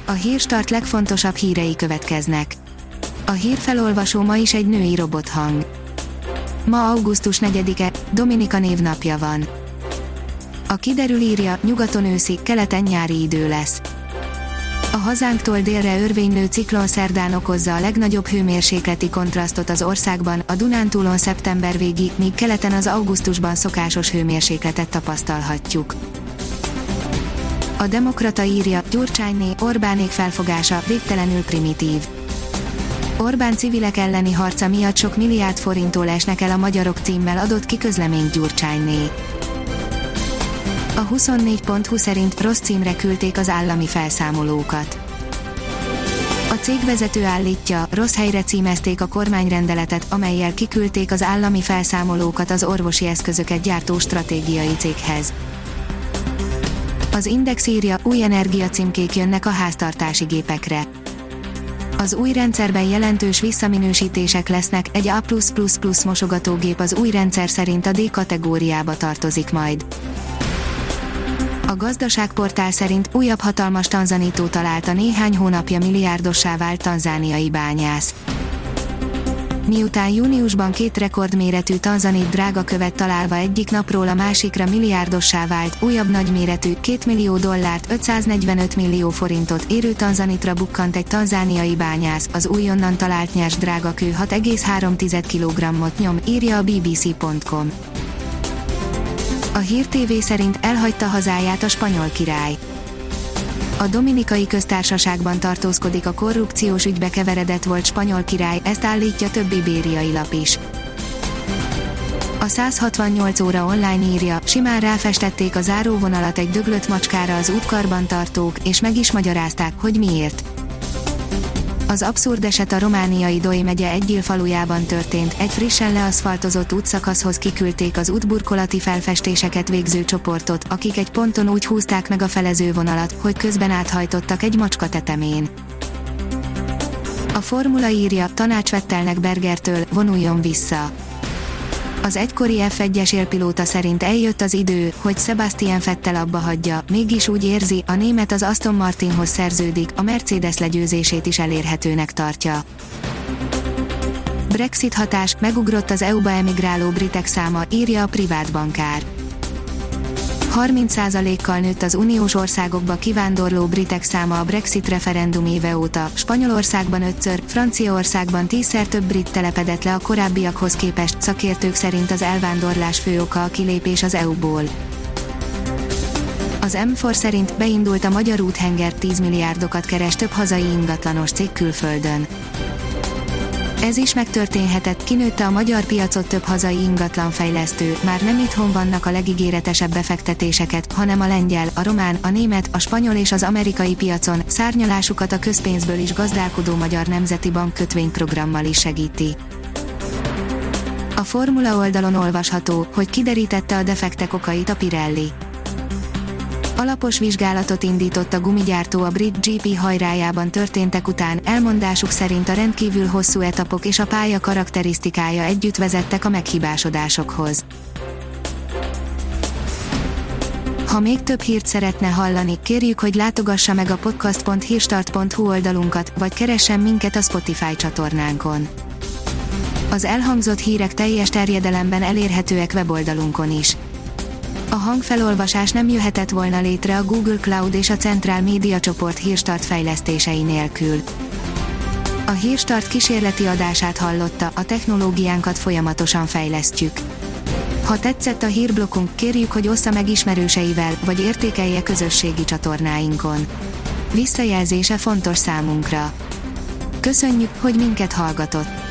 A Hírstart legfontosabb hírei következnek. A hírfelolvasó ma is egy női robothang. Ma augusztus 4-e, Dominika névnapja van. A Kiderül írja, nyugaton őszi, keleten nyári idő lesz. A hazánktól délre örvénylő ciklon szerdán okozza a legnagyobb hőmérsékleti kontrasztot az országban, a Dunántúlon szeptember végi, míg keleten az augusztusban szokásos hőmérsékletet tapasztalhatjuk. A Demokrata írja, Gyurcsányné, Orbánék felfogása végtelenül primitív. Orbán civilek elleni harca miatt sok milliárd forinttól esnek el a magyarok címmel adott ki közleményt Gyurcsányné. A 24.hu szerint rossz címre küldték az állami felszámolókat. A cégvezető állítja, rossz helyre címezték a kormányrendeletet, amellyel kiküldték az állami felszámolókat az orvosi eszközöket gyártó stratégiai céghez. Az Index írja, új energiacímkék jönnek a háztartási gépekre. Az új rendszerben jelentős visszaminősítések lesznek, egy A+++ mosogatógép az új rendszer szerint a D kategóriába tartozik majd. A gazdaságportál szerint újabb hatalmas tanzanító találta néhány hónapja milliárdossá vált tanzániai bányász. Miután júniusban 2 rekordméretű tanzanit drágakövet találva egyik napról a másikra milliárdossá vált, újabb nagyméretű, $2 millió, 545 millió forintot érő tanzanitra bukkant egy tanzániai bányász, az újonnan talált nyers drágakő 6,3 kg-ot nyom, írja a bbc.com. A Hír TV szerint elhagyta hazáját a spanyol király. A Dominikai Köztársaságban tartózkodik a korrupciós ügybe keveredett volt spanyol király, ezt állítja több ibériai lap is. A 168 óra online írja, simán ráfestették a záróvonalat egy döglött macskára az útkarbantartók, és meg is magyarázták, hogy miért. Az abszurd eset a romániai Doi megye Egyil falujában történt, egy frissen leaszfaltozott útszakaszhoz kiküldték az útburkolati felfestéseket végző csoportot, akik egy ponton úgy húzták meg a felezővonalat, hogy közben áthajtottak egy macska tetemén. A Formula írja, tanács Vettelnek Bergertől, vonuljon vissza. Az egykori F1-es élpilóta szerint eljött az idő, hogy Sebastian Vettel abba hagyja, mégis úgy érzi, a német az Aston Martinhoz szerződik, a Mercedes legyőzését is elérhetőnek tartja. Brexit hatás, megugrott az EU-ba emigráló britek száma, írja a privát bankár. 30%-kal nőtt az uniós országokba kivándorló britek száma a Brexit referendum éve óta, Spanyolországban 5-ször, Franciaországban 10-szer több brit telepedett le a korábbiakhoz képest, szakértők szerint az elvándorlás fő oka a kilépés az EU-ból. Az M4 szerint beindult a magyar úthenger, 10 milliárdokat keres több hazai ingatlanos cég külföldön. Ez is megtörténhetett, kinőtte a magyar piacot több hazai ingatlanfejlesztő, már nem itthon vannak a legígéretesebb befektetéseket, hanem a lengyel, a román, a német, a spanyol és az amerikai piacon, szárnyalásukat a közpénzből is gazdálkodó Magyar Nemzeti Bank kötvényprogrammal is segíti. A Formula oldalon olvasható, hogy kiderítette a defektek okait a Pirelli. Alapos vizsgálatot indított a gumigyártó a brit GP hajrájában történtek után, elmondásuk szerint a rendkívül hosszú etapok és a pálya karakterisztikája együtt vezettek a meghibásodásokhoz. Ha még több hírt szeretne hallani, kérjük, hogy látogassa meg a podcast.hírstart.hu oldalunkat, vagy keressen minket a Spotify csatornánkon. Az elhangzott hírek teljes terjedelemben elérhetőek weboldalunkon is. A hangfelolvasás nem jöhetett volna létre a Google Cloud és a Centrál Média csoport Hírstart fejlesztései nélkül. A Hírstart kísérleti adását hallotta, a technológiánkat folyamatosan fejlesztjük. Ha tetszett a hírblokkunk, kérjük, hogy ossza meg ismerőseivel, vagy értékelje közösségi csatornáinkon. Visszajelzése fontos számunkra. Köszönjük, hogy minket hallgatott!